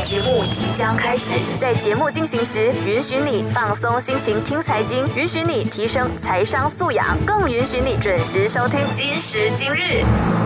节目即将开始，在节目进行时，允许你放松心情听财经，允许你提升财商素养，更允许你准时收听今时今日。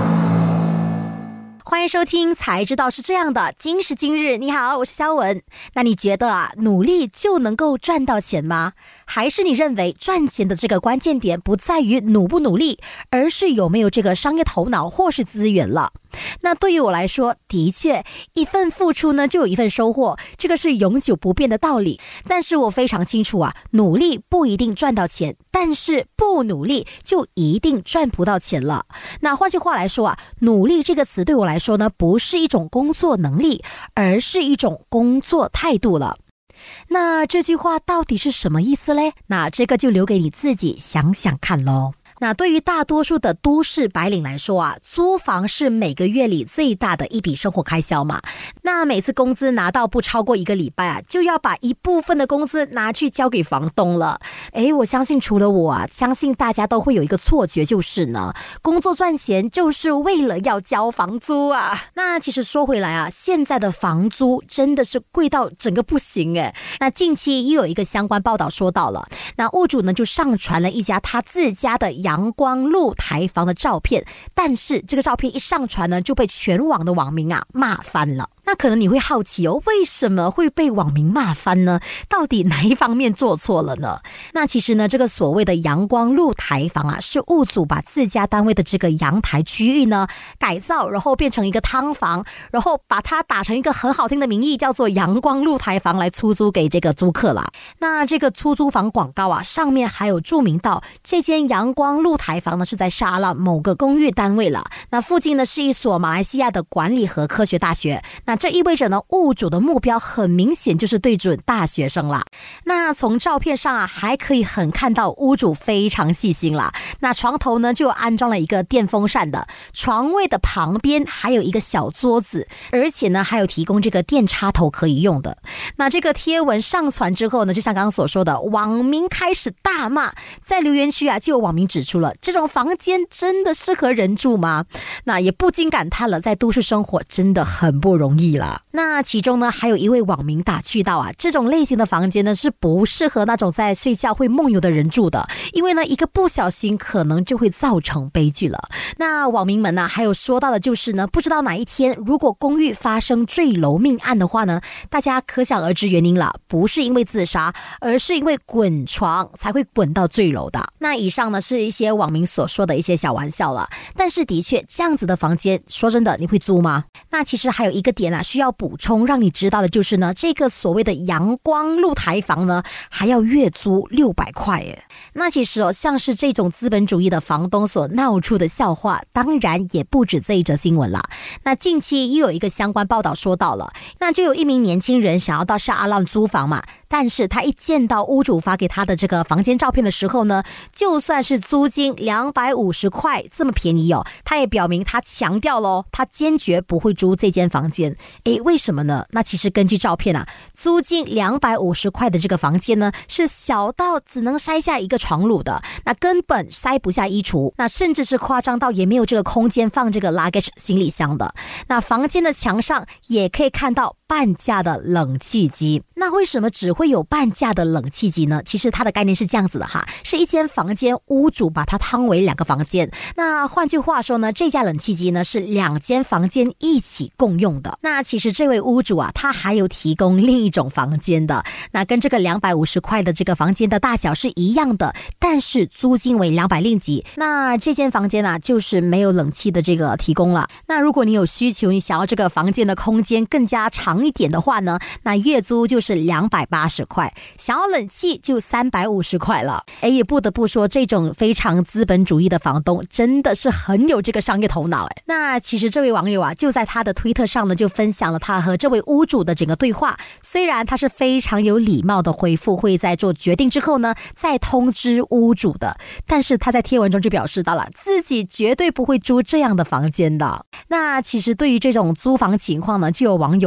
欢迎收听才知道是这样的，今时今日。你好，我是肖文。那你觉得努力就能够赚到钱吗？还是你认为赚钱的这个关键点不在于努不努力，而是有没有这个商业头脑或是资源了？那对于我来说，的确一份付出呢就有一份收获，这个是永久不变的道理。但是我非常清楚努力不一定赚到钱，但是不努力就一定赚不到钱了。那换句话来说努力这个词对我来说呢，不是一种工作能力，而是一种工作态度了。那这句话到底是什么意思嘞？那这个就留给你自己想想看咯。那对于大多数的都市白领来说租房是每个月里最大的一笔生活开销嘛。那每次工资拿到不超过1个礼拜就要把一部分的工资拿去交给房东了。我相信除了我相信大家都会有一个错觉，就是呢，工作赚钱就是为了要交房租那其实说回来现在的房租真的是贵到整个不行那近期又有一个相关报道说到了，那屋主呢就上传了一家他自家的阳光露台房的照片，但是这个照片一上传呢，就被全网的网民骂翻了。那可能你会好奇为什么会被网民骂翻呢？到底哪一方面做错了呢？那其实呢，这个所谓的阳光露台房是屋主把自家单位的这个阳台区域呢改造，然后变成一个汤房，然后把它打成一个很好听的名义，叫做阳光露台房来出租给这个租客啦。那这个出租房广告上面还有注明到这间阳光露台房呢是在沙拉某个公寓单位了。那附近呢是一所马来西亚的管理和科学大学。那这意味着呢，屋主的目标很明显就是对准大学生啦。那从照片上还可以很看到屋主非常细心啦。那床头呢就安装了一个电风扇的，床位的旁边还有一个小桌子，而且呢还有提供这个电插头可以用的。那这个贴文上传之后呢，就像刚刚所说的，网民开始大骂，在留言区就有网民指出了，这种房间真的适合人住吗？那也不禁感叹了，在都市生活真的很不容易了。那其中呢还有一位网民打趣到这种类型的房间呢是不适合那种在睡觉会梦游的人住的，因为呢一个不小心可能就会造成悲剧了。那网民们还有说到的就是呢，不知道哪一天如果公寓发生坠楼命案的话呢，大家可想而知原因了，不是因为自杀，而是因为滚床才会滚到坠楼的。那以上呢是一些网民所说的一些小玩笑了，但是的确这样子的房间，说真的你会租吗？那其实还有一个点需要补充让你知道的就是呢，这个所谓的阳光露台房呢还要月租600块耶。那其实像是这种资本主义的房东所闹出的笑话，当然也不止这一则新闻了。那近期又有一个相关报道说到了，那就有一名年轻人想要到沙阿浪租房嘛，但是他一见到屋主发给他的这个房间照片的时候呢，就算是租金250块这么便宜他也表明他强调咯，他坚决不会租这间房间。为什么呢？那其实根据照片租金250块的这个房间呢，是小到只能塞下一个床褥的，那根本塞不下衣橱，那甚至是夸张到也没有这个空间放这个 luggage 行李箱的。那房间的墙上也可以看到半价的冷气机。那为什么只会有半价的冷气机呢？其实它的概念是这样子的是一间房间屋主把它摊为2个房间。那换句话说呢，这架冷气机呢是2间房间一起共用的。那其实这位屋主他还有提供另一种房间的，那跟这个250块的这个房间的大小是一样的，但是租金为200令吉。那这间房间就是没有冷气的这个提供了。那如果你有需求，你想要这个房间的空间更加长一点的话呢，那月租就是280块，想要冷气就350块了。也不得不说，这种非常资本主义的房东真的是很有这个商业头脑。那其实这位网友就在他的推特上呢，就分享了他和这位屋主的整个对话。虽然他是非常有礼貌的回复，会在做决定之后呢再通知屋主的，但是他在贴文中就表示到了自己绝对不会租这样的房间的。那其实对于这种租房情况呢，就有网友好奇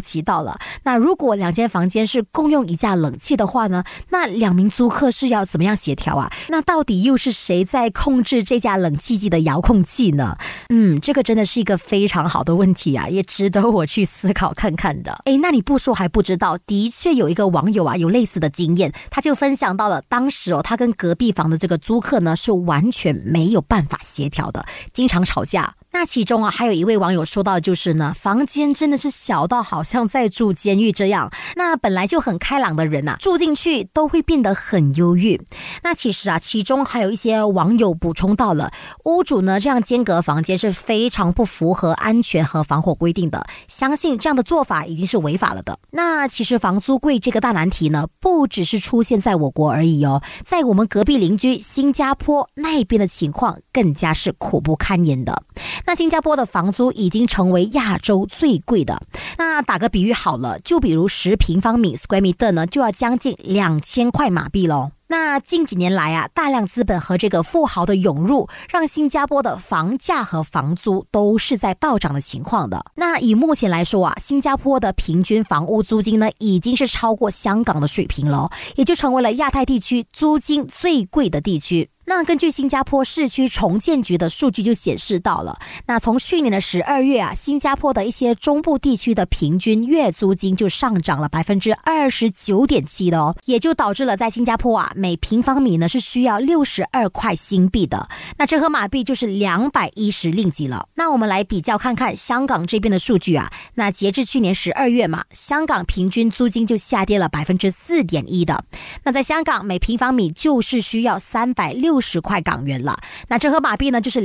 奇到了，那如果2间房间是共用1架冷气的话呢，那2名租客是要怎么样协调啊？那到底又是谁在控制这架冷气机的遥控器呢？这个真的是一个非常好的问题啊，也值得我去思考看看的。那你不说还不知道，的确有一个网友啊有类似的经验，他就分享到了当时他跟隔壁房的这个租客呢是完全没有办法协调的，经常吵架。那其中还有一位网友说到的就是呢，房间真的是小到好像在住监狱这样，那本来就很开朗的人住进去都会变得很忧郁。那其实其中还有一些网友补充到了，屋主呢这样间隔房间是非常不符合安全和防火规定的，相信这样的做法已经是违法了的。那其实房租贵这个大难题呢，不只是出现在我国而已在我们隔壁邻居新加坡那边的情况更加是苦不堪言的。那新加坡的房租已经成为亚洲最贵的。那打个比喻好了，就比如10平方米 square meter 呢，就要将近2000块马币咯。那近几年来大量资本和这个富豪的涌入，让新加坡的房价和房租都是在暴涨的情况的。那以目前来说新加坡的平均房屋租金呢，已经是超过香港的水平了，也就成为了亚太地区租金最贵的地区。那根据新加坡市区重建局的数据就显示到了，那从去年的12月新加坡的一些中部地区的平均月租金就上涨了 29.7% 的也就导致了在新加坡每平方米呢是需要62块新币的，那折合马币就是210令吉了。那我们来比较看看香港这边的数据那截至去年12月嘛，香港平均租金就下跌了 4.1% 的，那在香港每平方米就是需要360块港元了，那折合马币呢就是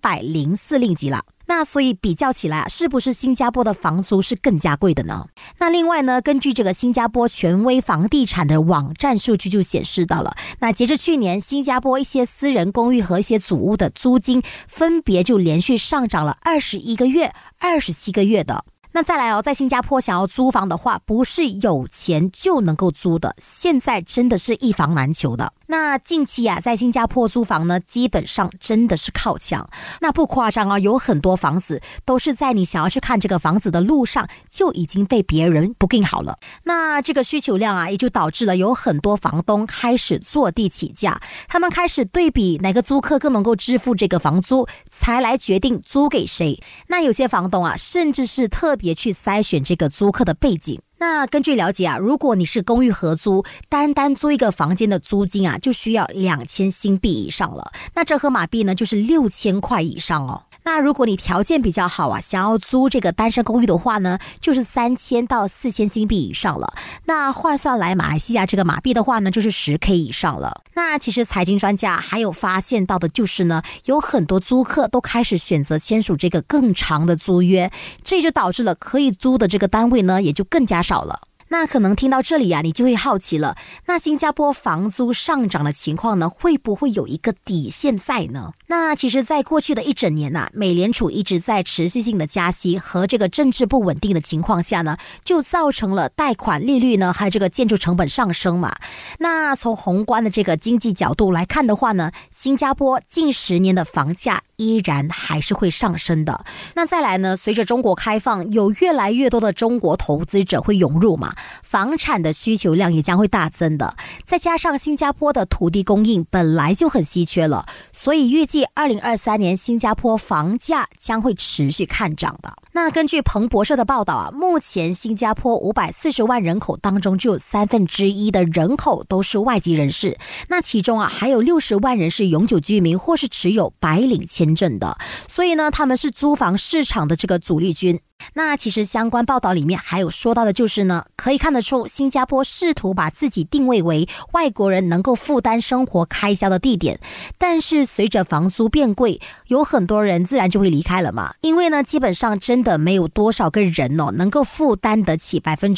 204令吉了。那所以比较起来是不是新加坡的房租是更加贵的呢？那另外呢，根据这个新加坡权威房地产的网站数据就显示到了，那截至去年新加坡一些私人公寓和一些组屋的租金分别就连续上涨了21个月、27个月的。那再来在新加坡想要租房的话，不是有钱就能够租的，现在真的是一房难求的。那近期在新加坡租房呢，基本上真的是靠抢。那不夸张有很多房子都是在你想要去看这个房子的路上就已经被别人 booking 好了。那这个需求量也就导致了有很多房东开始坐地起价，他们开始对比哪个租客更能够支付这个房租，才来决定租给谁。那有些房东甚至是特别去筛选这个租客的背景。那根据了解如果你是公寓合租，单单租一个房间的租金就需要2000新币以上了，那折合马币呢就是6000块以上那如果你条件比较好想要租这个单身公寓的话呢，就是3000到4000新币以上了，那换算来马来西亚这个马币的话呢，就是 10K 以上了。那其实财经专家还有发现到的就是呢，有很多租客都开始选择签署这个更长的租约，这就导致了可以租的这个单位呢也就更加少了。那可能听到这里你就会好奇了，那新加坡房租上涨的情况呢，会不会有一个底线在呢？那其实在过去的一整年美联储一直在持续性的加息和这个政治不稳定的情况下呢，就造成了贷款利率呢还有这个建筑成本上升嘛。那从宏观的这个经济角度来看的话呢，新加坡近10年的房价依然还是会上升的。那再来呢，随着中国开放，有越来越多的中国投资者会涌入嘛，房产的需求量也将会大增的。再加上新加坡的土地供应本来就很稀缺了，所以预计2023年新加坡房价将会持续看涨的。那根据彭博社的报道目前新加坡540万人口当中，就有1/3的人口都是外籍人士，那其中还有60万人是永久居民或是持有白领签证的，所以呢，他们是租房市场的这个主力军。那其实相关报道里面还有说到的就是呢，可以看得出新加坡试图把自己定位为外国人能够负担生活开销的地点，但是随着房租变贵，有很多人自然就会离开了嘛，因为呢基本上真的没有多少个人能够负担得起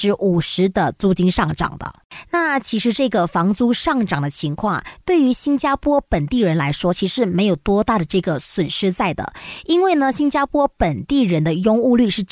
50% 的租金上涨的。那其实这个房租上涨的情况对于新加坡本地人来说其实没有多大的这个损失在的，因为呢新加坡本地人的拥屋率是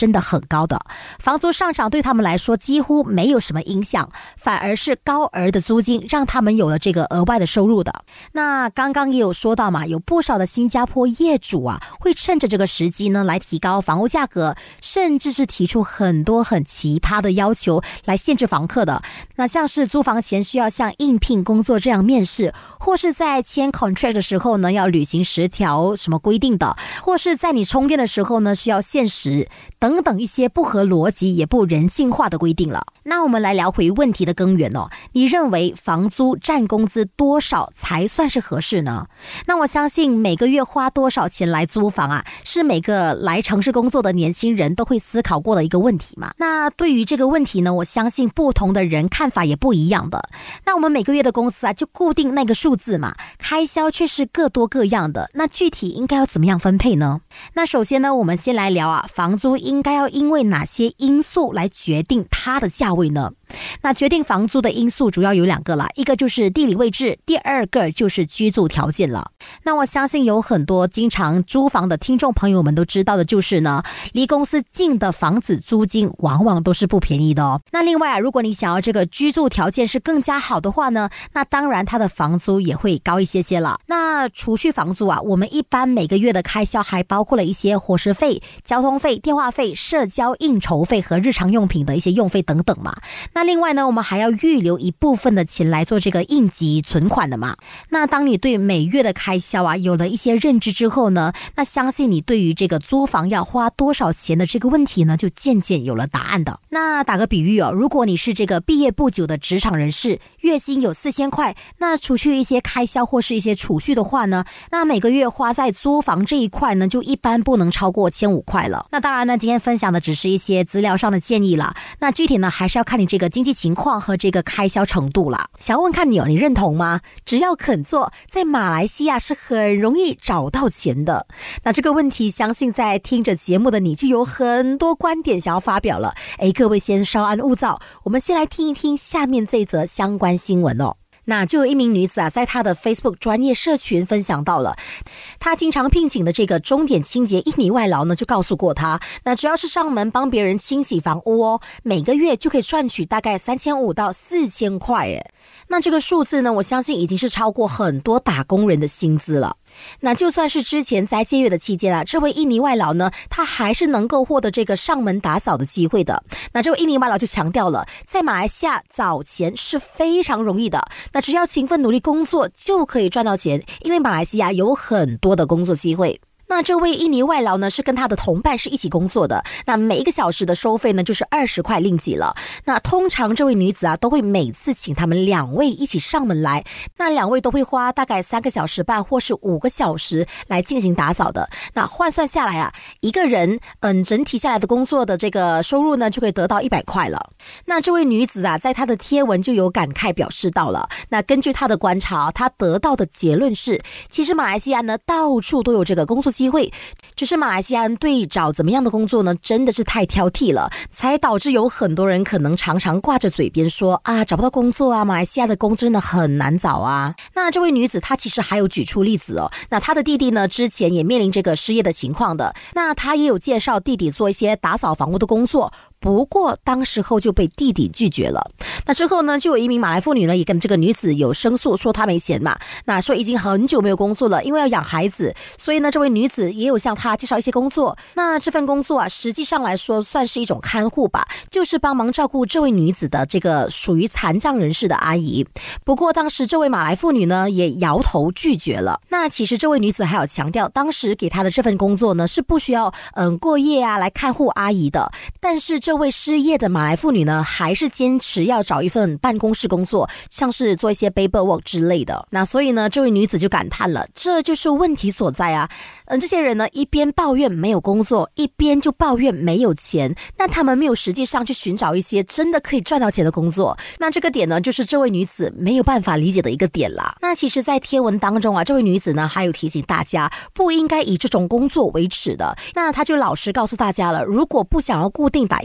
真的很高的，房租上涨对他们来说几乎没有什么影响，反而是高额的租金让他们有了这个额外的收入的。那刚刚也有说到嘛，有不少的新加坡业主啊，会趁着这个时机呢来提高房屋价格，甚至是提出很多很奇葩的要求来限制房客的。那像是租房前需要像应聘工作这样面试，或是在签 contract 的时候呢要履行10条什么规定的，或是在你充电的时候呢需要限时等等一些不合逻辑也不人性化的规定了。那我们来聊回问题的根源哦，你认为房租占工资多少才算是合适呢？那我相信每个月花多少钱来租房啊，是每个来城市工作的年轻人都会思考过的一个问题嘛。那对于这个问题呢，我相信不同的人看法也不一样的。那我们每个月的工资啊就固定那个数字嘛，开销却是各多各样的，那具体应该要怎么样分配呢？那首先呢，我们先来聊啊，房租应该要因为哪些因素来决定它的价位呢？那决定房租的因素主要有2个啦，一个就是地理位置，第2个就是居住条件了。那我相信有很多经常租房的听众朋友们都知道的就是呢，离公司近的房子租金往往都是不便宜的哦。那另外啊，如果你想要这个居住条件是更加好的话呢，那当然它的房租也会高一些了。那除去房租啊，我们一般每个月的开销还包括了一些伙食费、交通费、电话费、社交应酬费和日常用品的一些用费等等嘛。那另外呢，我们还要预留一部分的钱来做这个应急存款的嘛。那当你对每月的开销啊有了一些认知之后呢，那相信你对于这个租房要花多少钱的这个问题呢，就渐渐有了答案的。那打个比喻哦，如果你是这个毕业不久的职场人士，月薪有4000块，那除去一些开销或是一些储蓄的话呢，那每个月花在租房这一块呢，就一般不能超过1500块了。那当然呢，今天分享的只是一些资料上的建议啦，那具体呢还是要看你这个经济情况和这个开销程度啦。想问看你哦，你认同吗？只要肯做，在马来西亚是很容易找到钱的。那这个问题相信在听着节目的你就有很多观点想要发表了。各位先稍安勿躁，我们先来听一听下面这则相关新闻哦。那就有一名女子啊，在她的 Facebook 专业社群分享到了，她经常聘请的这个钟点清洁印尼外劳呢，就告诉过她，那只要是上门帮别人清洗房屋哦，每个月就可以赚取大概3500到4000块耶。那这个数字呢，我相信已经是超过很多打工人的薪资了。那就算是之前在借阅的期间啊，这位印尼外劳呢，他还是能够获得这个上门打扫的机会的。那这位印尼外劳就强调了，在马来西亚找钱是非常容易的，那只要勤奋努力工作就可以赚到钱，因为马来西亚有很多的工作机会。那这位印尼外劳呢，是跟他的同伴是一起工作的，那每一个小时的收费呢就是20块令吉了。那通常这位女子啊，都会每次请他们2位一起上门来，那2位都会花大概3个小时半或是5个小时来进行打扫的。那换算下来啊，一个人整体下来的工作的这个收入呢，就可以得到100块了。那这位女子啊，在她的贴文就有感慨表示到了，那根据她的观察，她得到的结论是，其实马来西亚呢到处都有这个工作机会，只是马来西亚人对找怎么样的工作呢，真的是太挑剔了，才导致有很多人可能常常挂着嘴边说啊，找不到工作啊，马来西亚的工真的很难找啊。那这位女子她其实还有举出例子哦，那她的弟弟呢之前也面临这个失业的情况的，那她也有介绍弟弟做一些打扫房屋的工作，不过当时候就被弟弟拒绝了。那之后呢，就有一名马来妇女呢也跟这个女子有申诉，说她没钱嘛，那说已经很久没有工作了，因为要养孩子，所以呢这位女子也有向她介绍一些工作。那这份工作啊，实际上来说算是一种看护吧，就是帮忙照顾这位女子的这个属于残障人士的阿姨。不过当时这位马来妇女呢也摇头拒绝了。那其实这位女子还有强调，当时给她的这份工作呢是不需要过夜啊来看护阿姨的，但是这位失业的马来妇女呢还是坚持要找一份办公室工作，像是做一些 paperwork 之类的。那所以呢这位女子就感叹了，这就是问题所在啊。这些人呢一边抱怨没有工作，一边就抱怨没有钱，那他们没有实际上去寻找一些真的可以赚到钱的工作。那这个点呢就是这位女子没有办法理解的一个点啦。那其实在贴文当中啊，这位女子呢还有提醒大家不应该以这种工作为耻的。那她就老实告诉大家了，如果不想要固定打一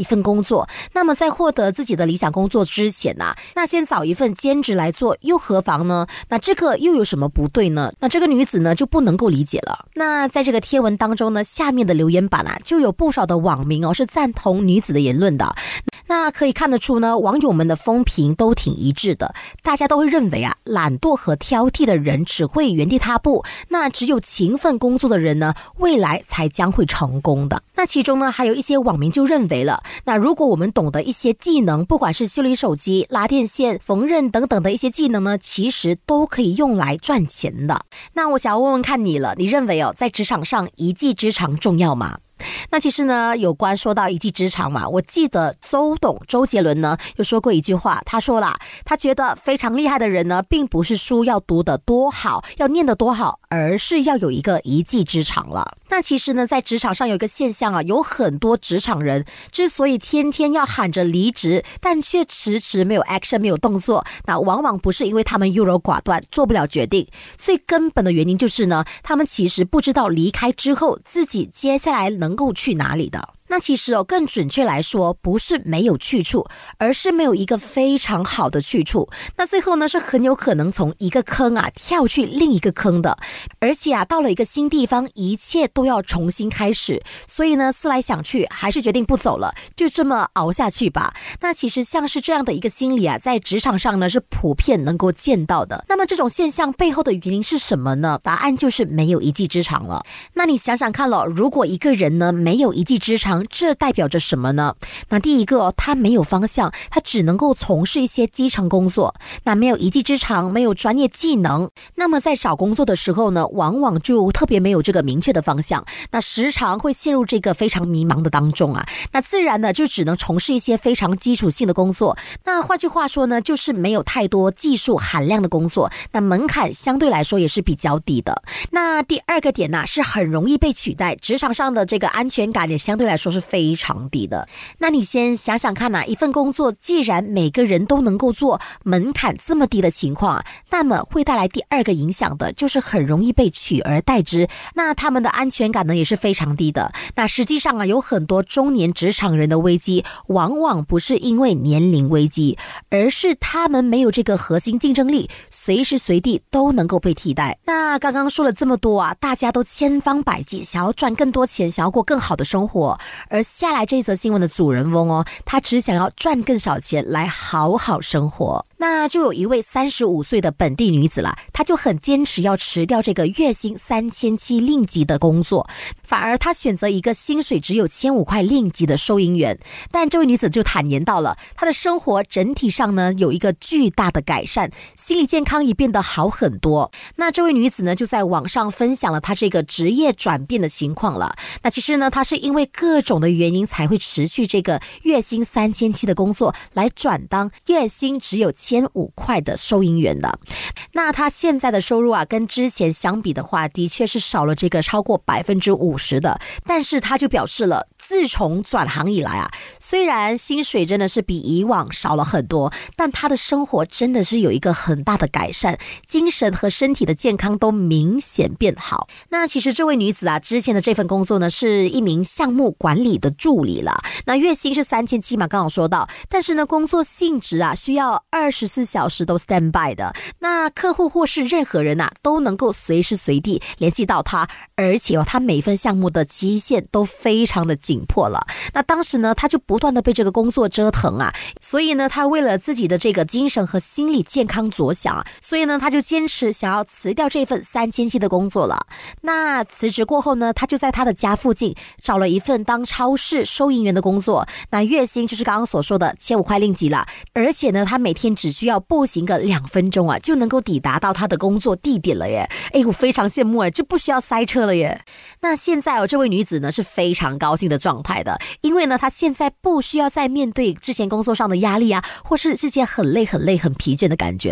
份工作，那么在获得自己的理想工作之前那先找一份兼职来做又何妨呢？那这个又有什么不对呢？那这个女子呢就不能够理解了。那在这个贴文当中呢，下面的留言板就有不少的网民是赞同女子的言论的。那可以看得出呢，网友们的风评都挺一致的，大家都会认为懒惰和挑剔的人只会原地踏步，那只有勤奋工作的人呢，未来才将会成功的。那其中呢，还有一些网民就认为了，那如果我们懂得一些技能，不管是修理手机、拉电线、缝纫等等的一些技能呢，其实都可以用来赚钱的。那我想要问问看你了，你认为在职场上一技之长重要吗？那其实呢，有关说到一技之长嘛，我记得周杰伦呢有说过一句话，他说啦，他觉得非常厉害的人呢，并不是书要读得多好，要念得多好，而是要有一个一技之长了。那其实呢，在职场上有一个现象有很多职场人之所以天天要喊着离职，但却迟迟没有 action 没有动作，那往往不是因为他们优柔寡断做不了决定，最根本的原因就是呢，他们其实不知道离开之后自己接下来能够去哪里的。那其实更准确来说，不是没有去处，而是没有一个非常好的去处。那最后呢，是很有可能从一个坑跳去另一个坑的，而且到了一个新地方，一切都要重新开始。所以呢，思来想去，还是决定不走了，就这么熬下去吧。那其实像是这样的一个心理在职场上呢，是普遍能够见到的。那么这种现象背后的原因是什么呢？答案就是没有一技之长了。那你想想看了，如果一个人呢没有一技之长，这代表着什么呢？那第一个，他没有方向，他只能够从事一些基层工作。那没有一技之长，没有专业技能，那么在找工作的时候呢，往往就特别没有这个明确的方向，那时常会陷入这个非常迷茫的当中那自然呢就只能从事一些非常基础性的工作。那换句话说呢，就是没有太多技术含量的工作，那门槛相对来说也是比较低的。那第二个点是很容易被取代，职场上的这个安全感也相对来说是非常低的。那你先想想看一份工作既然每个人都能够做，门槛这么低的情况那么会带来第二个影响的就是很容易被取而代之，那他们的安全感呢也是非常低的。那实际上有很多中年职场人的危机，往往不是因为年龄危机，而是他们没有这个核心竞争力，随时随地都能够被替代。那刚刚说了这么多大家都千方百计想要赚更多钱，想要过更好的生活，而下来这则新闻的主人翁他只想要赚更少钱来好好生活。那就有一位35岁的本地女子啦，她就很坚持要辞掉这个月薪3700令吉的工作，反而她选择一个薪水只有1500块令吉的收银员。但这位女子就坦言到了，她的生活整体上呢有一个巨大的改善，心理健康也变得好很多。那这位女子呢就在网上分享了她这个职业转变的情况了。那其实呢，她是因为各种的原因才会持续这个月薪3700的工作，来转当月薪只有1500块的收银员的。那他现在的收入跟之前相比的话，的确是少了这个超过50%的。但是他就表示了，自从转行以来虽然薪水真的是比以往少了很多，但他的生活真的是有一个很大的改善，精神和身体的健康都明显变好。那其实这位女子之前的这份工作呢，是一名项目管理的助理了。那月薪是3700嘛，刚好说到，但是呢，工作性质需要24小时都 stand by 的。那客户或是任何人都能够随时随地联系到他，而且他每份项目的期限都非常的紧迫了。那当时呢，他就不断的被这个工作折腾所以呢，他为了自己的这个精神和心理健康着想所以呢，他就坚持想要辞掉这份3700的工作了。那辞职过后呢，他就在他的家附近找了一份当超市收银员的工作，那月薪就是刚刚所说的1500块令吉了，而且呢，他每天只需要步行个2分钟就能够抵达到他的工作地点了耶。我非常羡慕就不需要塞车了耶。那现在这位女子呢是非常高兴的状态的，因为呢她现在不需要再面对之前工作上的压力或是这些很累很疲倦的感觉了。那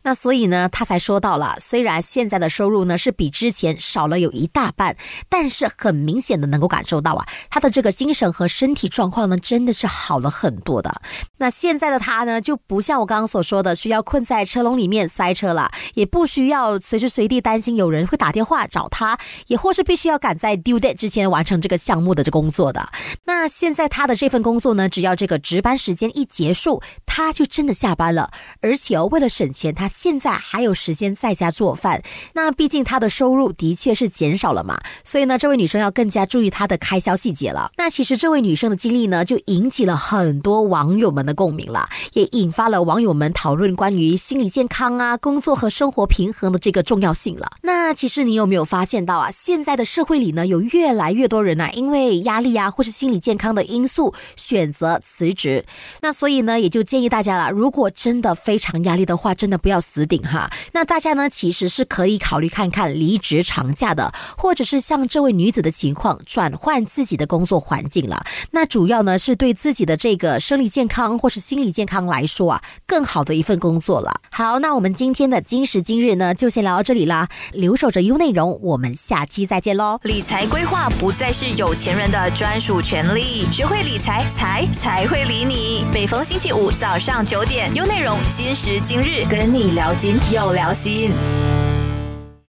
那所以呢，他才说到了，虽然现在的收入呢是比之前少了有一大半，但是很明显的能够感受到他的这个精神和身体状况呢真的是好了很多的。那现在的他呢就不像我刚刚所说的需要困在车笼里面塞车了，也不需要随时随地担心有人会打电话找他，也或是必须要赶在 due date 之前完成这个项目的这工作的。那现在他的这份工作呢，只要这个值班时间一结束，他就真的下班了，而且为了省钱，他现在还有时间在家做饭。那毕竟他的收入的确是减少了嘛，所以呢，这位女生要更加注意她的开销细节了。那其实这位女生的经历呢，就引起了很多网友们的共鸣了，也引发了网友们讨论关于心理健康工作和生活平衡的这个重要性了。那其实你有没有发现到现在的社会里呢，有越来越多人因为压力或是心理健康的因素选择辞职。那所以呢，也就建议大家了，如果真的非常压力的话，真的不要死顶哈。那大家呢其实是可以考虑看看离职长假的，或者是像这位女子的情况，转换自己的工作环境了。那主要呢是对自己的这个生理健康或是心理健康来说更好的一份工作了。好，那我们今天的今时今日呢就先聊到这里啦，留守着优内容，我们下期再见咯。 理财规划不再是有钱人的专属权利，学会理财，财才会理你。每逢星期五早上9点，优内容今时今日跟你聊金又聊心。